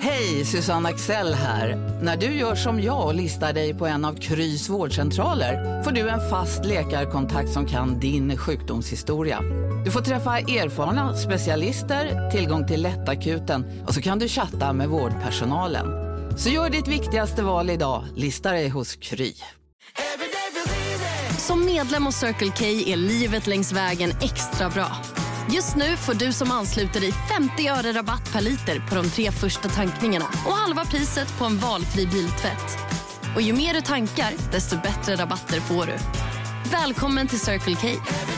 Hej, Susanne Axel här. När du gör som jag och listar dig på en av Krys vårdcentraler får du en fast läkarkontakt som kan din sjukdomshistoria. Du får träffa erfarna specialister, tillgång till lättakuten och så kan du chatta med vårdpersonalen. Så gör ditt viktigaste val idag, listar dig hos Kry. Som medlem hos Circle K är livet längs vägen extra bra. Just nu får du som ansluter dig 50 öre rabatt per liter på de 3 första tankningarna och halva priset på en valfri biltvätt. Och ju mer du tankar, desto bättre rabatter får du. Välkommen till Circle K.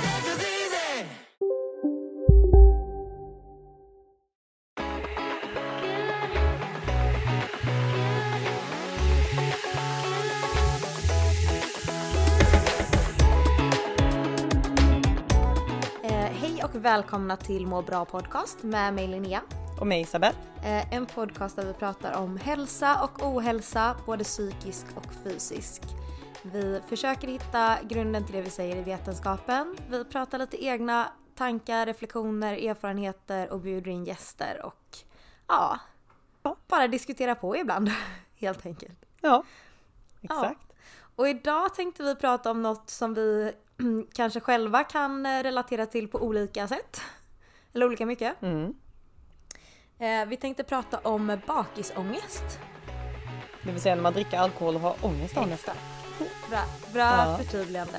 Välkomna till Må bra podcast med mig Linnea. Och mig Isabel. En podcast där vi pratar om hälsa och ohälsa, både psykisk och fysisk. Vi försöker hitta grunden till det vi säger i vetenskapen. Vi pratar lite egna tankar, reflektioner, erfarenheter och bjuder in gäster. Och ja, bara diskutera på ibland, helt enkelt. Ja, exakt. Ja. Och idag tänkte vi prata om något som vi kanske själva kan relatera till på olika sätt. Eller olika mycket. Vi tänkte prata om bakisångest. Det vill säga när man dricker alkohol och har ångest dagen efter. Bra förtydligande.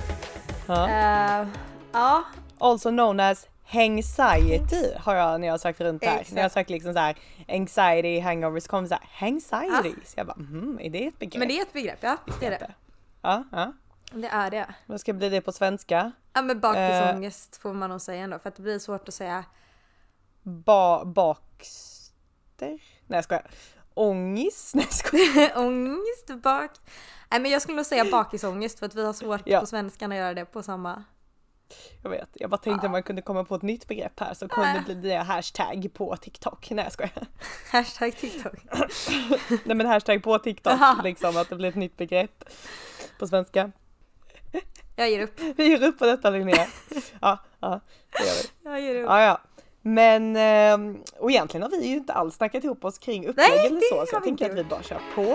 Ja. Also known as anxiety har jag när jag har sagt runt där. När jag har sagt liksom så här anxiety, hangovers, kommer så här anxiety. Så jag bara, är det ett begrepp? Men det är ett begrepp, ja. Visst är det. Ja. Det är det. Vad ska bli det på svenska? Ja, men bakisångest får man nog säga ändå. För att det blir svårt att säga. Bakster? Nej, jag skojar. Ångest? Nej, jag skojar. Ångest, Nej, men jag skulle nog säga bakisångest. För att vi har svårt på svenskan att göra det på samma. Jag vet. Jag bara tänkte att man kunde komma på ett nytt begrepp här. Så kunde det bli det hashtag på TikTok. Nej, jag skojar. Hashtag TikTok. Nej, men hashtag på TikTok. Liksom att det blir ett nytt begrepp på svenska. Jag ger upp. Vi ger upp på detta, Linnea. Ja, det gör vi. Jag ger upp. Ja. Men, och egentligen har vi ju inte alls snackat ihop oss kring upplägg eller så. Så jag tänker att vi bara kör på.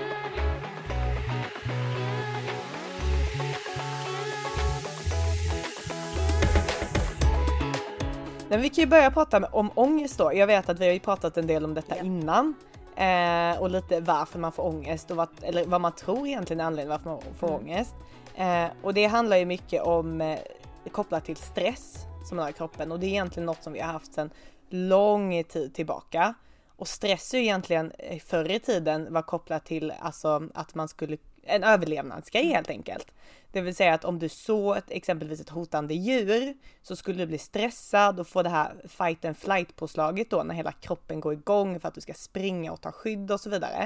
Men vi kan ju börja prata om ångest då. Jag vet att vi har ju pratat en del om detta innan. Och lite varför man får ångest. Och vad man tror egentligen är anledningen varför man får ångest. Och det handlar ju mycket om kopplat till stress som man har i kroppen. Och det är egentligen något som vi har haft sedan lång tid tillbaka. Och stress är ju egentligen förr i tiden var kopplat till alltså, att man skulle en överlevnadsgrej helt enkelt. Det vill säga att om du såg exempelvis ett hotande djur så skulle du bli stressad och få det här fight and flight påslaget då när hela kroppen går igång för att du ska springa och ta skydd och så vidare.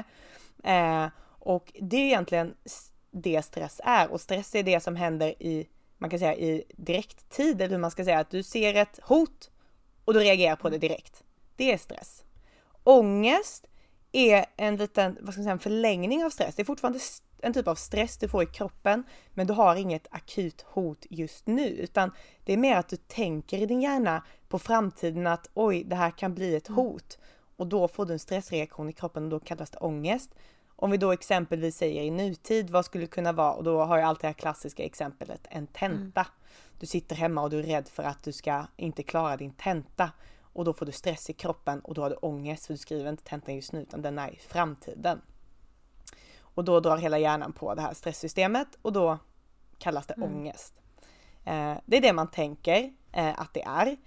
Och det är egentligen det stress är, och stress är det som händer i, man kan säga i direkttid, eller hur man ska säga, att du ser ett hot och du reagerar på det direkt. Det är stress. Ångest är en liten, vad ska man säga, en förlängning av stress. Det är fortfarande en typ av stress du får i kroppen, men du har inget akut hot just nu, utan det är mer att du tänker i din hjärna på framtiden att oj, det här kan bli ett hot, och då får du en stressreaktion i kroppen och då kallas det ångest. Om vi då exempelvis säger i nutid, vad skulle det kunna vara? Och då har jag alltid det här klassiska exemplet, en tenta. Du sitter hemma och du är rädd för att du ska inte klara din tenta. Och då får du stress i kroppen och då har du ångest, för du skriver inte tentan just nu utan den är i framtiden. Och då drar hela hjärnan på det här stresssystemet och då kallas det ångest. Det är det man tänker att det är.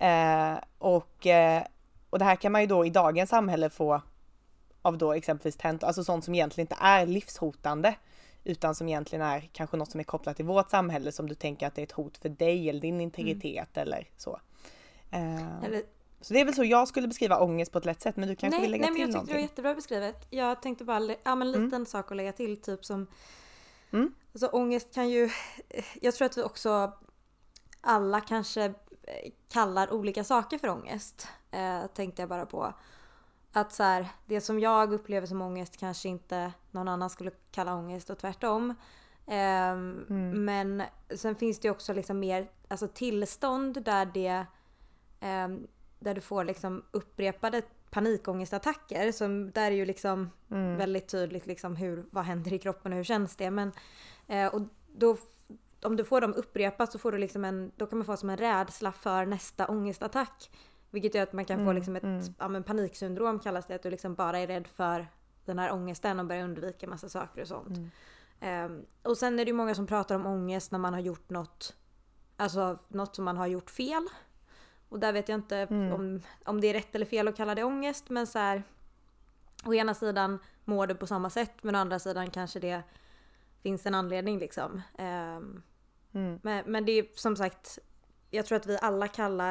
Och det här kan man ju då i dagens samhälle få av då exempelvis tentor, alltså sånt som egentligen inte är livshotande, utan som egentligen är kanske något som är kopplat till vårt samhälle, som du tänker att det är ett hot för dig eller din integritet eller så. Så det är väl så jag skulle beskriva ångest på ett lätt sätt, men du kanske vill lägga till någonting. Nej, men jag tyckte det var jättebra beskrivet. Jag tänkte bara, en liten sak att lägga till, typ som alltså ångest kan ju, jag tror att vi också alla kanske kallar olika saker för ångest. Tänkte jag bara på. Att så här, det som jag upplever som ångest kanske inte någon annan skulle kalla ångest, och tvärtom. Men sen finns det också liksom mer alltså tillstånd där det där du får liksom upprepade panikångestattacker. Som, där är ju liksom väldigt tydligt liksom vad händer i kroppen och hur känns det. Men, och då, om du får dem upprepat så får du liksom då kan man få som en rädsla för nästa ångestattack. Vilket gör att man kan få liksom ett paniksyndrom kallas det. Att du liksom bara är rädd för den här ångesten och börjar undvika massa saker och sånt. Och sen är det ju många som pratar om ångest när man har gjort något som man har gjort fel. Och där vet jag inte om det är rätt eller fel att kalla det ångest. Men så här, å ena sidan mår du på samma sätt, men å andra sidan kanske det finns en anledning liksom. Men det är som sagt, jag tror att vi alla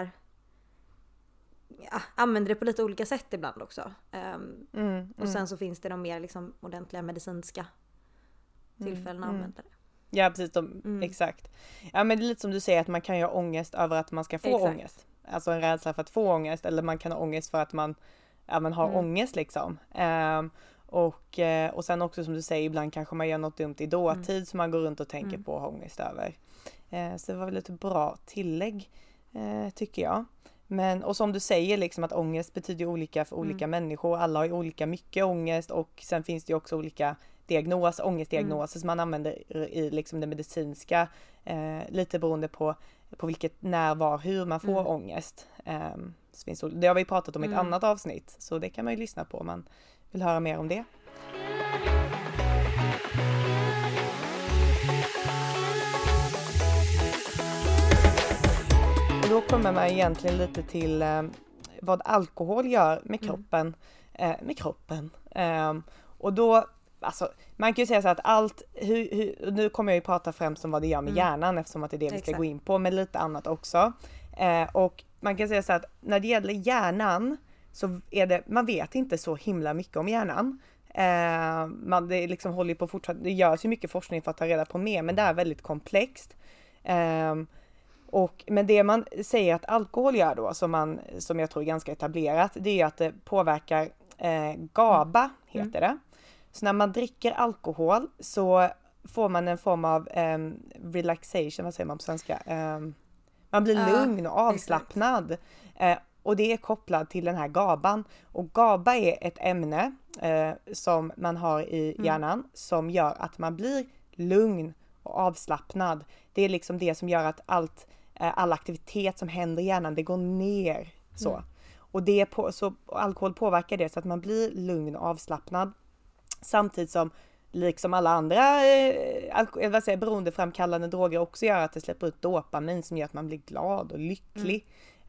använder det på lite olika sätt ibland också. Och sen så finns det de mer liksom ordentliga medicinska tillfällen att använda det. Ja, precis. Exakt. Ja, men det är lite som du säger att man kan ju ha ångest över att man ska få ångest. Alltså en rädsla för att få ångest. Eller man kan ha ångest för att man har ångest liksom. Och sen också som du säger, ibland kanske man gör något dumt i dåtid som man går runt och tänker på och har ångest över. Så det var väl ett bra tillägg tycker jag. Men, och som du säger liksom att ångest betyder olika för olika människor. Alla har ju olika mycket ångest och sen finns det ju också olika ångestdiagnoser som man använder i liksom det medicinska. Lite beroende på vilket, när, var, hur man får ångest. Så finns det har vi pratat om i ett annat avsnitt. Så det kan man ju lyssna på om man vill höra mer om det. Och då kommer man egentligen lite till vad alkohol gör med kroppen. Och då, alltså, man kan ju säga så att nu kommer jag ju prata främst om vad det gör med hjärnan eftersom att det är det vi ska gå in på, men lite annat också. Och man kan säga så att när det gäller hjärnan så man vet inte så himla mycket om hjärnan. Det liksom håller på fortsatt, det görs ju mycket forskning för att ta reda på mer, men det är väldigt komplext. Men det man säger att alkohol gör då, som jag tror är ganska etablerat, det är att det påverkar GABA, heter det. Så när man dricker alkohol så får man en form av relaxation, vad säger man på svenska? Man blir lugn och avslappnad. Och det är kopplat till den här GABAn. Och GABA är ett ämne som man har i hjärnan som gör att man blir lugn och avslappnad. Det är liksom det som gör att all aktivitet som händer i hjärnan, det går ner. Så. Och så alkohol påverkar det så att man blir lugn och avslappnad. Samtidigt som liksom alla andra beroendeframkallande droger också gör att det släpper ut dopamin som gör att man blir glad och lycklig.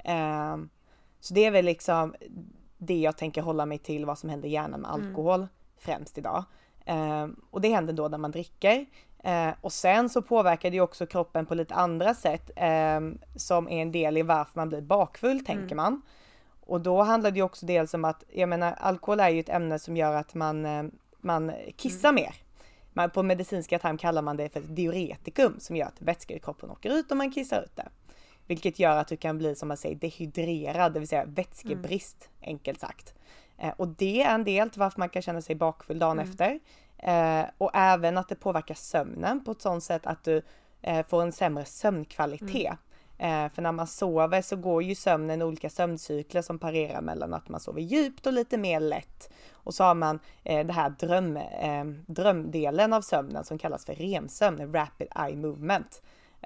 Så det är väl liksom det jag tänker hålla mig till, vad som händer i hjärnan med alkohol främst idag. Och det händer då när man dricker. Och sen så påverkar det ju också kroppen på lite andra sätt som är en del i varför man blir bakfull, tänker man. Och då handlar det ju också dels om att, jag menar, alkohol är ju ett ämne som gör att man kissar mer. På medicinska term kallar man det för ett diuretikum som gör att vätskor i kroppen åker ut och man kissar ut det. Vilket gör att du kan bli, som man säger, dehydrerad, det vill säga vätskebrist, enkelt sagt. Och det är en del till varför man kan känna sig bakfull dagen efter. Och även att det påverkar sömnen på ett sådant sätt att du får en sämre sömnkvalitet. För när man sover så går ju sömnen olika sömncykler som parerar mellan att man sover djupt och lite mer lätt. Och så har man det här drömdelen av sömnen som kallas för REM-sömn, Rapid Eye Movement.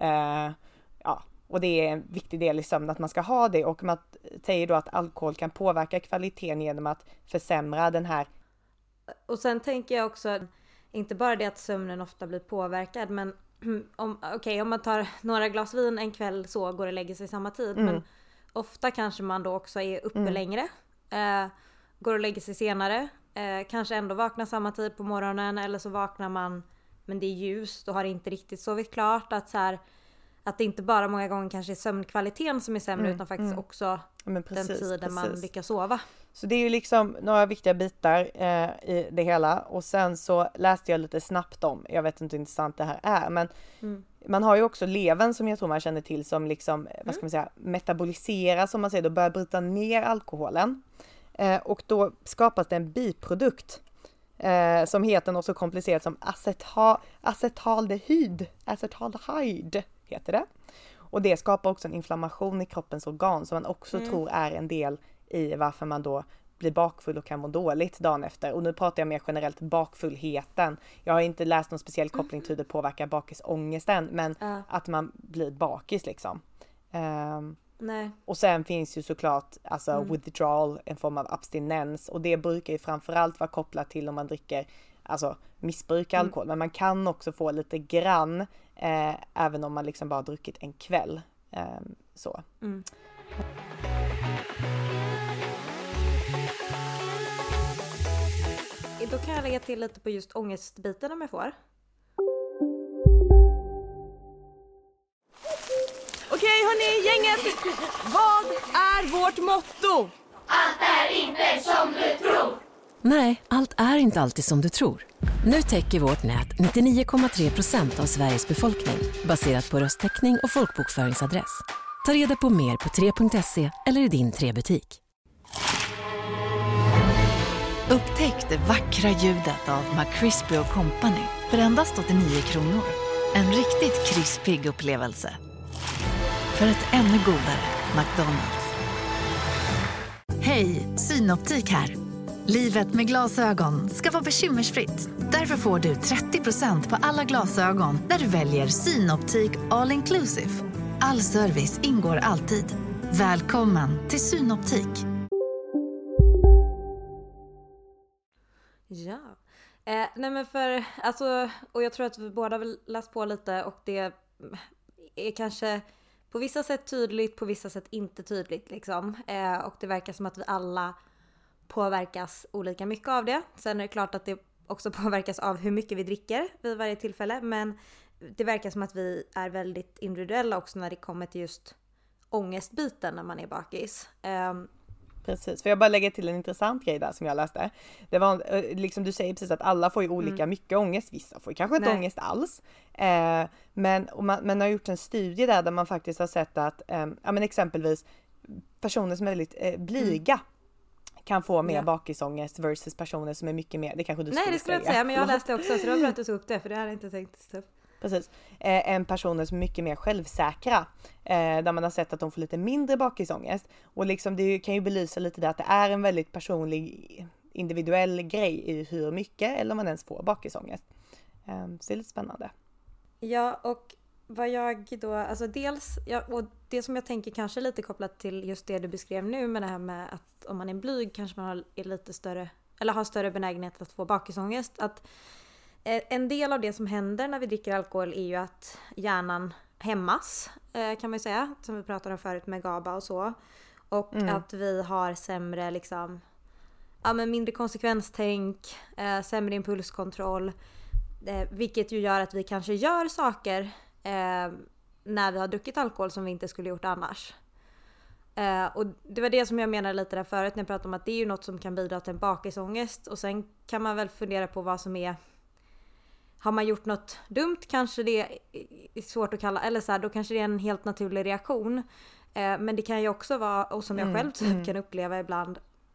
Och det är en viktig del i sömnen att man ska ha det, och man säger då att alkohol kan påverka kvaliteten genom att försämra den här. Och sen tänker jag också, inte bara det att sömnen ofta blir påverkad, men om man tar några glas vin en kväll så går det lägger sig samma tid, men ofta kanske man då också är uppe längre, går och lägger sig senare, kanske ändå vaknar samma tid på morgonen, eller så vaknar man men det är ljust och har inte riktigt sovit klart, att det inte bara många gånger kanske är sömnkvaliteten som är sämre utan faktiskt också den tiden man lyckas sova. Så det är ju liksom några viktiga bitar i det hela. Och sen så läste jag lite snabbt om, jag vet inte hur intressant det här är, men man har ju också levern som jag tror man känner till som liksom, vad ska man säga, metaboliseras, som man säger, då börjar bryta ner alkoholen. Och då skapas det en biprodukt som heter något så komplicerat som acetaldehyd heter det. Och det skapar också en inflammation i kroppens organ som man också tror är en del i varför man då blir bakfull och kan må dåligt dagen efter. Och nu pratar jag mer generellt bakfullheten. Jag har inte läst någon speciell koppling till hur det påverkar bakisångesten, men att man blir bakis liksom. Nej. Och sen finns ju såklart alltså withdrawal, en form av abstinens, och det brukar ju framförallt vara kopplat till om man dricker, alltså missbrukar alkohol, men man kan också få lite grann även om man liksom bara druckit en kväll. Så. Då kan jag lägga till lite på just ångestbiten om jag får. Okej hörni, gänget! Vad är vårt motto? Allt är inte som du tror. Nej, allt är inte alltid som du tror. Nu täcker vårt nät 99,3% av Sveriges befolkning baserat på röstteckning och folkbokföringsadress. Ta reda på mer på 3.se eller i din 3-butik. Upptäck det vackra ljudet av McCrispy & Company för endast 89 kronor. En riktigt krispig upplevelse. För ett ännu godare McDonald's. Hej, Synoptik här. Livet med glasögon ska vara bekymmersfritt. Därför får du 30% på alla glasögon när du väljer Synoptik All Inclusive. All service ingår alltid. Välkommen till Synoptik. Ja. Nej men för, alltså, och jag tror att vi båda vill läst på lite, och det är kanske på vissa sätt tydligt, på vissa sätt inte tydligt liksom. Och det verkar som att vi alla påverkas olika mycket av det. Sen är det klart att det också påverkas av hur mycket vi dricker vid varje tillfälle, men det verkar som att vi är väldigt individuella också när det kommer till just ångestbiten när man är bakis. Precis, för jag bara lägger till en intressant grej där som jag läste. Det var liksom, du säger precis att alla får ju olika mycket ångest, vissa får kanske inte ångest alls. Men man har gjort en studie där man faktiskt har sett att ja, men exempelvis personer som är väldigt blyga kan få mer bakisångest versus personer som är mycket mer, det kanske du skulle säga. Nej, det skulle jag inte säga, men jag läste också, så det var bra att du tog upp det, för det hade jag inte tänkt upp. Precis. En personer som är mycket mer självsäkra, där man har sett att de får lite mindre bakisångest, och liksom det kan ju belysa lite där att det är en väldigt personlig, individuell grej i hur mycket eller om man ens får bakisångest. Så det är lite spännande. Ja, och vad jag då, alltså dels, och det som jag tänker kanske lite kopplat till just det du beskrev nu, med det här med att om man är blyg kanske man är lite större, eller har större benägenhet att få bakisångest. Att en del av det som händer när vi dricker alkohol är ju att hjärnan hämmas, kan man ju säga, som vi pratade om förut med GABA och så. Och att vi har sämre liksom, ja men mindre konsekvenstänk, sämre impulskontroll, vilket ju gör att vi kanske gör saker när vi har druckit alkohol som vi inte skulle gjort annars. Och det var det som jag menade lite där förut när jag pratade om att det är ju något som kan bidra till en bakisångest, och sen kan man väl fundera på vad som är, har man gjort något dumt kanske det är svårt att kalla, eller så här, då kanske det är en helt naturlig reaktion. Men det kan ju också vara, och som jag själv typ kan uppleva ibland,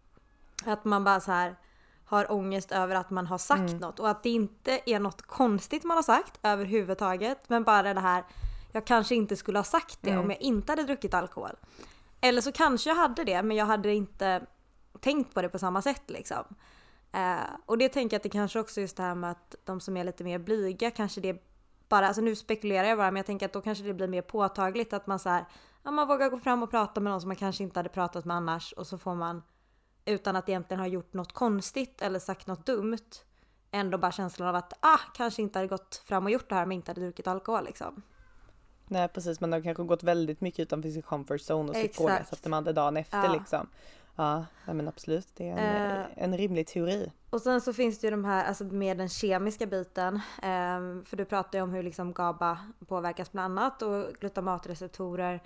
att man bara så här har ångest över att man har sagt något, och att det inte är något konstigt man har sagt överhuvudtaget, men bara det här, jag kanske inte skulle ha sagt det om jag inte hade druckit alkohol. Eller så kanske jag hade det, men jag hade inte tänkt på det på samma sätt liksom. Och det tänker jag att det kanske också är just det här med att de som är lite mer blyga, kanske det bara, alltså nu spekulerar jag bara, men jag tänker att då kanske det blir mer påtagligt att man så här, ja, man vågar gå fram och prata med någon som man kanske inte hade pratat med annars, och så får man, utan att egentligen ha gjort något konstigt eller sagt något dumt, ändå bara känslan av att kanske inte hade gått fram och gjort det här, men inte hade druckit alkohol liksom. Nej, precis, man har kanske gått väldigt mycket utanför sin comfort zone och så ifrågasätter man det dagen efter liksom. Ja, men absolut, det är en rimlig teori. Och sen så finns det ju de här, alltså med den kemiska biten, för du pratar ju om hur liksom GABA påverkas bland annat, och glutamatreceptorer,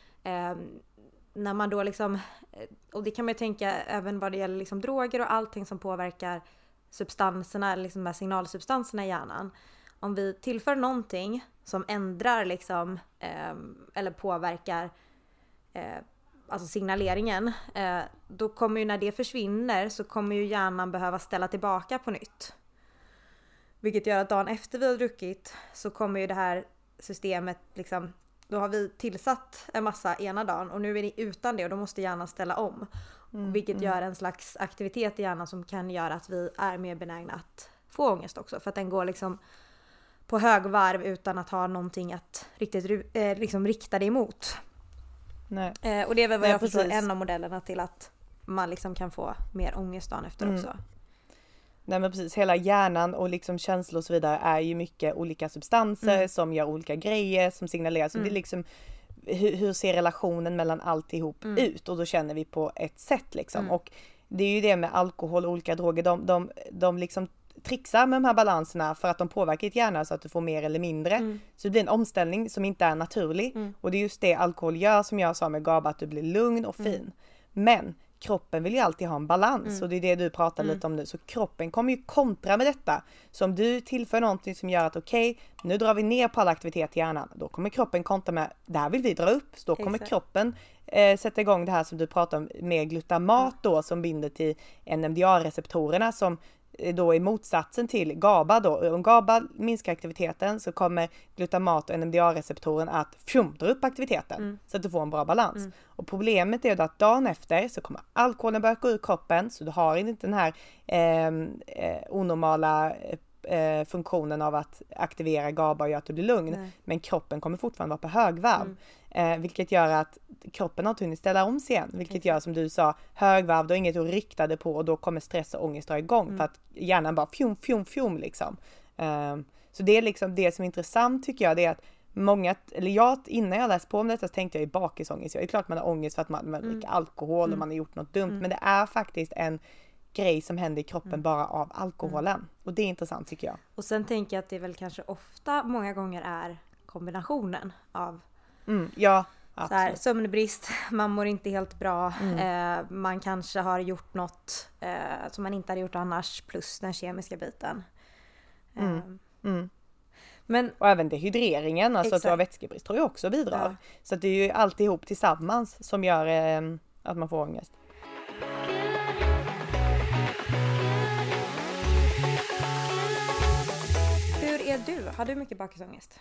när man då liksom, och det kan man ju tänka även vad det gäller liksom droger och allting som påverkar substanserna, eller liksom de här signalsubstanserna i hjärnan. Om vi tillför någonting som ändrar liksom, eller påverkar alltså signaleringen, då kommer ju, när det försvinner så kommer ju hjärnan behöva ställa tillbaka på nytt. Vilket gör att dagen efter vi har druckit så kommer ju det här systemet liksom, då har vi tillsatt en massa ena dagen och nu är det utan det, och då måste hjärnan ställa om. Vilket gör en slags aktivitet i hjärnan som kan göra att vi är mer benägna att få ångest också. För att den går liksom på högvarv utan att ha någonting att riktigt liksom rikta det emot. Nej. Och det är väl vad jag förstår en av modellerna till att man liksom kan få mer ångest dagen efter också. Nej men precis, hela hjärnan och liksom känslor och så vidare är ju mycket olika substanser som gör olika grejer som signalerar. Så det är liksom hur ser relationen mellan alltihop ut, och då känner vi på ett sätt liksom. Och det är ju det med alkohol och olika droger, de liksom trixar med de här balanserna för att de påverkar ditt hjärna så att du får mer eller mindre. Så det blir en omställning som inte är naturlig. Och det är just det alkohol gör, som jag sa med GABA, att du blir lugn och fin. Men kroppen vill ju alltid ha en balans och det är det du pratar lite om nu. Så kroppen kommer ju kontra med detta. Så om du tillför någonting som gör att okej, nu drar vi ner på all aktivitet i hjärnan, då kommer kroppen kontra med, det här vill vi dra upp. Så då kommer kroppen sätta igång det här som du pratar om med glutamat då, som binder till NMDA-receptorerna, som då är motsatsen till GABA då. Om GABA minskar aktiviteten så kommer glutamat och NMDA-receptoren att dra upp aktiviteten så att du får en bra balans. Och problemet är då att dagen efter så kommer alkoholen börja gå ur kroppen, så du har inte den här onormala funktionen av att aktivera GABA och göra att du blir lugn. Nej. Men kroppen kommer fortfarande vara på högvarv. Vilket gör att kroppen har hunnit ställa om sig igen. Vilket gör, som du sa, högvarv, då är inget att rikta det på, och då kommer stress och ångest dra igång för att hjärnan bara fjum liksom. Så det är liksom det som är intressant, tycker jag, det är att innan jag läste på om detta så tänkte jag i bakisångest. Det är klart man har ångest för att man dricker alkohol och man har gjort något dumt, men det är faktiskt en grej som händer i kroppen bara av alkoholen. Och det är intressant, tycker jag. Och sen tänker jag att det väl kanske ofta, många gånger, är kombinationen av ja, så här, sömnbrist, man mår inte helt bra, man kanske har gjort något som man inte hade gjort annars, plus den kemiska biten. Men, och även dehydreringen, alltså att du har vätskebrist, tror jag också bidrar. Ja. Så att det är ju alltihop tillsammans som gör att man får ångest. Hur är du? Har du mycket bakisångest?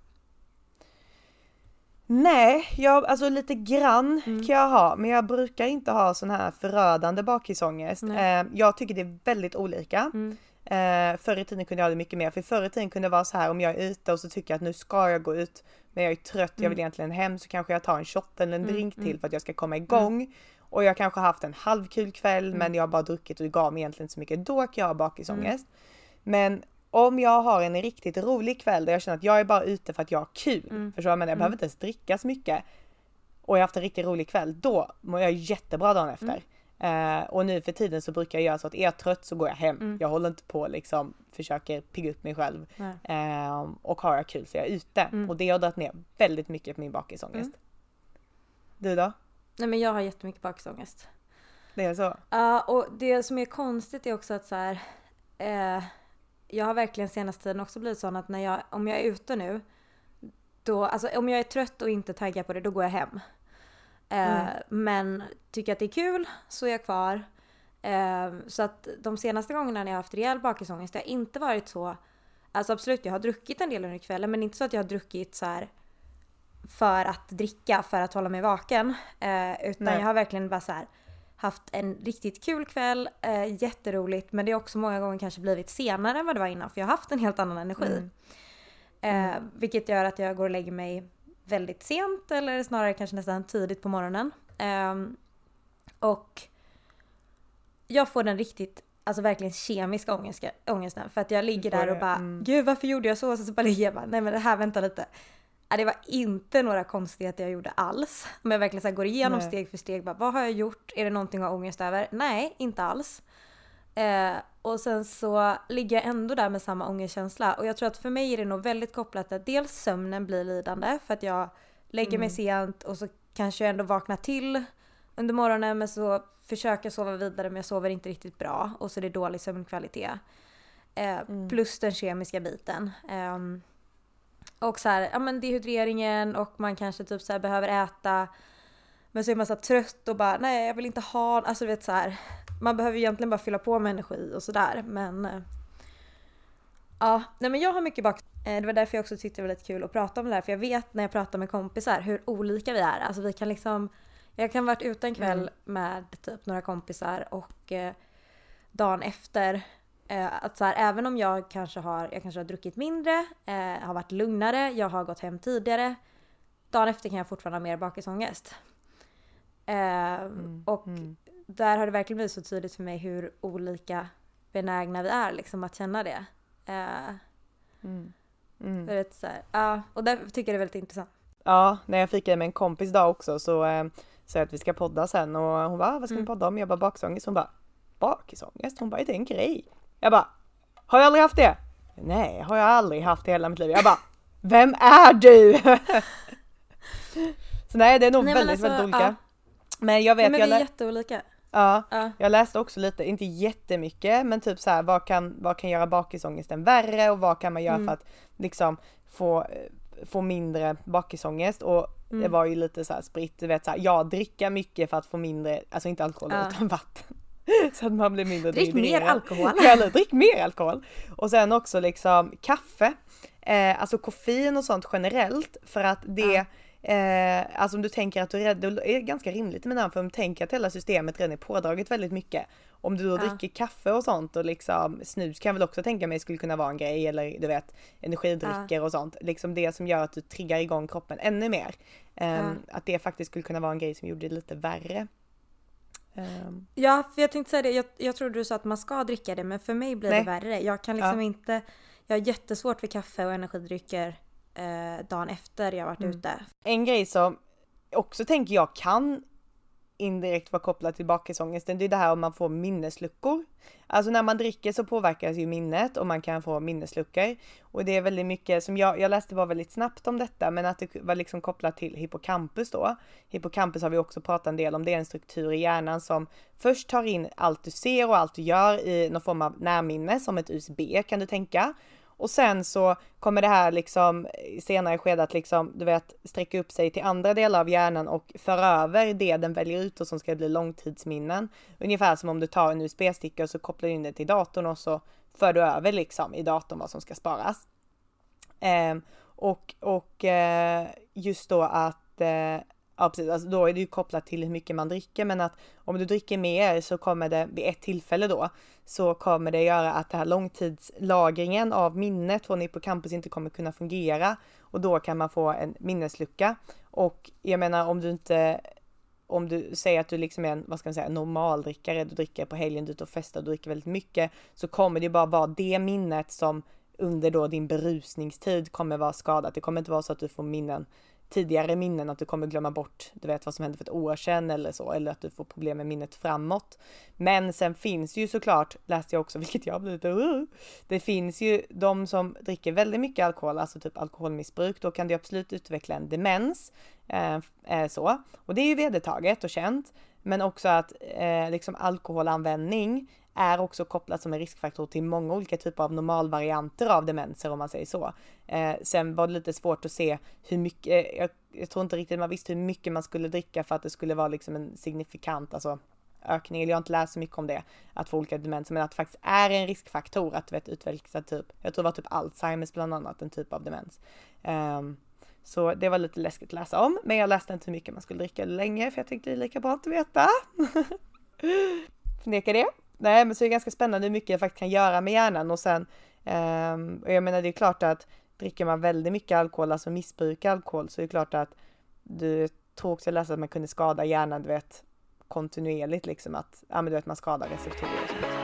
Nej, alltså lite grann kan jag ha, men jag brukar inte ha sån här förödande bakisångest. Jag tycker det är väldigt olika. Förr i tiden kunde jag ha det mycket mer, för förr i tiden kunde det vara så här, om jag är ute och så tycker jag att nu ska jag gå ut, men jag är trött, jag vill egentligen hem, så kanske jag tar en shot eller en drink till för att jag ska komma igång. Och jag kanske har haft en halvkul kväll, men jag har bara druckit och det gav mig egentligen inte så mycket. Då kan jag ha bakisångest. Men om jag har en riktigt rolig kväll där jag känner att jag är bara ute för att jag har kul, förstår jag, men jag behöver inte ens dricka så mycket, och jag har haft en riktigt rolig kväll, då mår jag jättebra dagen efter. Och nu för tiden så brukar jag göra så att är jag trött så går jag hem. Jag håller inte på liksom, försöker pigga upp mig själv. Och har jag kul så jag är ute. Och det har dragit ner väldigt mycket på min bakisångest. Du då? Nej, men jag har jättemycket bakisångest. Det är så? Ja, och det som är konstigt är också att så här, jag har verkligen senaste tiden också blivit sån att om jag är ute nu, då, alltså om jag är trött och inte taggar på det, då går jag hem. Men tycker att det är kul så är jag kvar. Så att de senaste gångerna när jag har haft rejäl bakisångest, det har inte varit så, alltså absolut jag har druckit en del under kvällen, men inte så att jag har druckit så här för att dricka, för att hålla mig vaken, utan jag har verkligen bara så här haft en riktigt kul kväll, jätteroligt, men det har också många gånger kanske blivit senare än vad det var innan, för jag har haft en helt annan energi. Vilket gör att jag går och lägger mig väldigt sent, eller snarare kanske nästan tidigt på morgonen. Och jag får den riktigt, alltså verkligen kemiska ångesten, för att jag ligger där och bara, gud varför gjorde jag så? Så bara ligger jag bara, nej men det här, vänta lite. Det var inte några konstigheter jag gjorde alls. Men jag verkligen så här går igenom steg för steg, bara, vad har jag gjort? Är det någonting jag har ångest över? Nej, inte alls. Och sen så ligger jag ändå där med samma ångestkänsla. Och jag tror att för mig är det nog väldigt kopplat att dels sömnen blir lidande, för att jag lägger mig sent och så kanske jag ändå vaknar till under morgonen, men så försöker jag sova vidare, men jag sover inte riktigt bra, och så är det dålig sömnkvalitet. Plus den kemiska biten. Och så här, ja men dehydreringen, och man kanske typ så här behöver äta, men så är man så trött och bara, nej jag vill inte ha, alltså du vet så här, man behöver egentligen bara fylla på med energi och sådär, men ja, nej men jag har mycket det var därför jag också tyckte det var lite kul att prata om det här, för jag vet när jag pratar med kompisar hur olika vi är, alltså vi kan liksom, Jag kan ha varit ute en kväll med typ några kompisar och dagen efter att så här, även om jag kanske har druckit mindre, har varit lugnare, jag har gått hem tidigare, dagen efter kan jag fortfarande ha mer bakisångest. Och där har det verkligen blivit så tydligt för mig hur olika benägna vi är liksom att känna det. För det så här, och därför tycker jag det är väldigt intressant. Ja, när jag fikade med en kompis idag också så sa jag att vi ska podda sen och hon bara, vad ska vi podda om? Jag bara, bakisångest. Hon bara, bakisångest? Hon bara, är det en grej? Jag bara, har jag aldrig haft det? Nej, har jag aldrig haft i hela mitt liv. Jag bara, vem är du? Så nej, det är nog väldigt olika. Ja. Men jag vet, men vi är jätteolika. Ja, jag läste också lite, inte jättemycket, men typ så här, vad kan göra bakisångesten värre och vad kan man göra för att liksom få mindre bakisångest. Och det var ju lite så här spritt, du vet så här, jag dricker mycket för att få mindre, alltså inte alkohol utan vatten. Så att man blir mindre drick mer alkohol. Eller drick mer alkohol. Och sen också liksom kaffe, alltså koffein och sånt generellt, för att det alltså om du tänker att det är ganska rimligt med den, för om du tänker att hela systemet redan är pådraget väldigt mycket. Om du då dricker kaffe och sånt och liksom snus kan jag väl också tänka mig skulle kunna vara en grej, eller du vet energidrycker och sånt, liksom det som gör att du triggar igång kroppen ännu mer. Att det faktiskt skulle kunna vara en grej som gjorde det lite värre. Ja, för jag tänkte säga det, jag trodde du sa att man ska dricka det, men för mig blir det värre. Jag kan liksom inte, jag har jättesvårt för kaffe och energidrycker dagen efter jag varit ute. En grej som också tänker jag kan indirekt vara kopplat till bakisångesten, det är det här om man får minnesluckor. Alltså när man dricker så påverkas ju minnet och man kan få minnesluckor. Och det är väldigt mycket som jag läste bara väldigt snabbt om detta, men att det var liksom kopplat till hippocampus då. Hippocampus har vi också pratat en del om, det är en struktur i hjärnan som först tar in allt du ser och allt du gör i någon form av närminne, som ett USB kan du tänka. Och sen så kommer det här liksom senare i skedet att liksom, du vet, sträcka upp sig till andra delar av hjärnan och föra över det den väljer ut och som ska bli långtidsminnen. Ungefär som om du tar en USB-sticka och så kopplar du in det till datorn och så för du över liksom i datorn vad som ska sparas. Just då att ja, precis. Alltså då är det ju kopplat till hur mycket man dricker, men att om du dricker mer så kommer det vid ett tillfälle då så kommer det göra att det här långtidslagringen av minnet från hippocampus inte kommer kunna fungera, och då kan man få en minneslucka. Och jag menar om du säger att du liksom är en, vad ska man säga, normaldrickare, du dricker på helgen, du är ute och festar, du dricker väldigt mycket, så kommer det bara vara det minnet som under då din berusningstid kommer vara skadat. Det kommer inte vara så att du får tidigare minnen, att du kommer glömma bort, du vet vad som hände för ett år sedan eller så, eller att du får problem med minnet framåt. Men sen finns ju såklart, läste jag också, vilket jag blivit det finns ju de som dricker väldigt mycket alkohol, alltså typ alkoholmissbruk, då kan det absolut utveckla en demens, så. Och det är ju vedertaget och känt, men också att liksom alkoholanvändning är också kopplat som en riskfaktor till många olika typer av normalvarianter av demenser, om man säger så. Sen var det lite svårt att se hur mycket, jag tror inte riktigt man visste hur mycket man skulle dricka för att det skulle vara liksom en signifikant ökning, eller jag har inte läst så mycket om det, att få olika demenser, men att det faktiskt är en riskfaktor att utveckla typ, jag tror det var typ Alzheimers bland annat, en typ av demens. Så det var lite läskigt att läsa om, men jag läste inte hur mycket man skulle dricka länge, för jag tänkte det är lika bra att veta. Förnekar det? Nej, men så är det ganska spännande hur mycket det faktiskt kan göra med hjärnan. Och sen, och jag menar det är klart att dricker man väldigt mycket alkohol, alltså missbrukar alkohol, så är det klart att du tror också läsa att man kunde skada hjärnan, du vet, kontinuerligt liksom, att du vet, man skadar receptorer och sånt.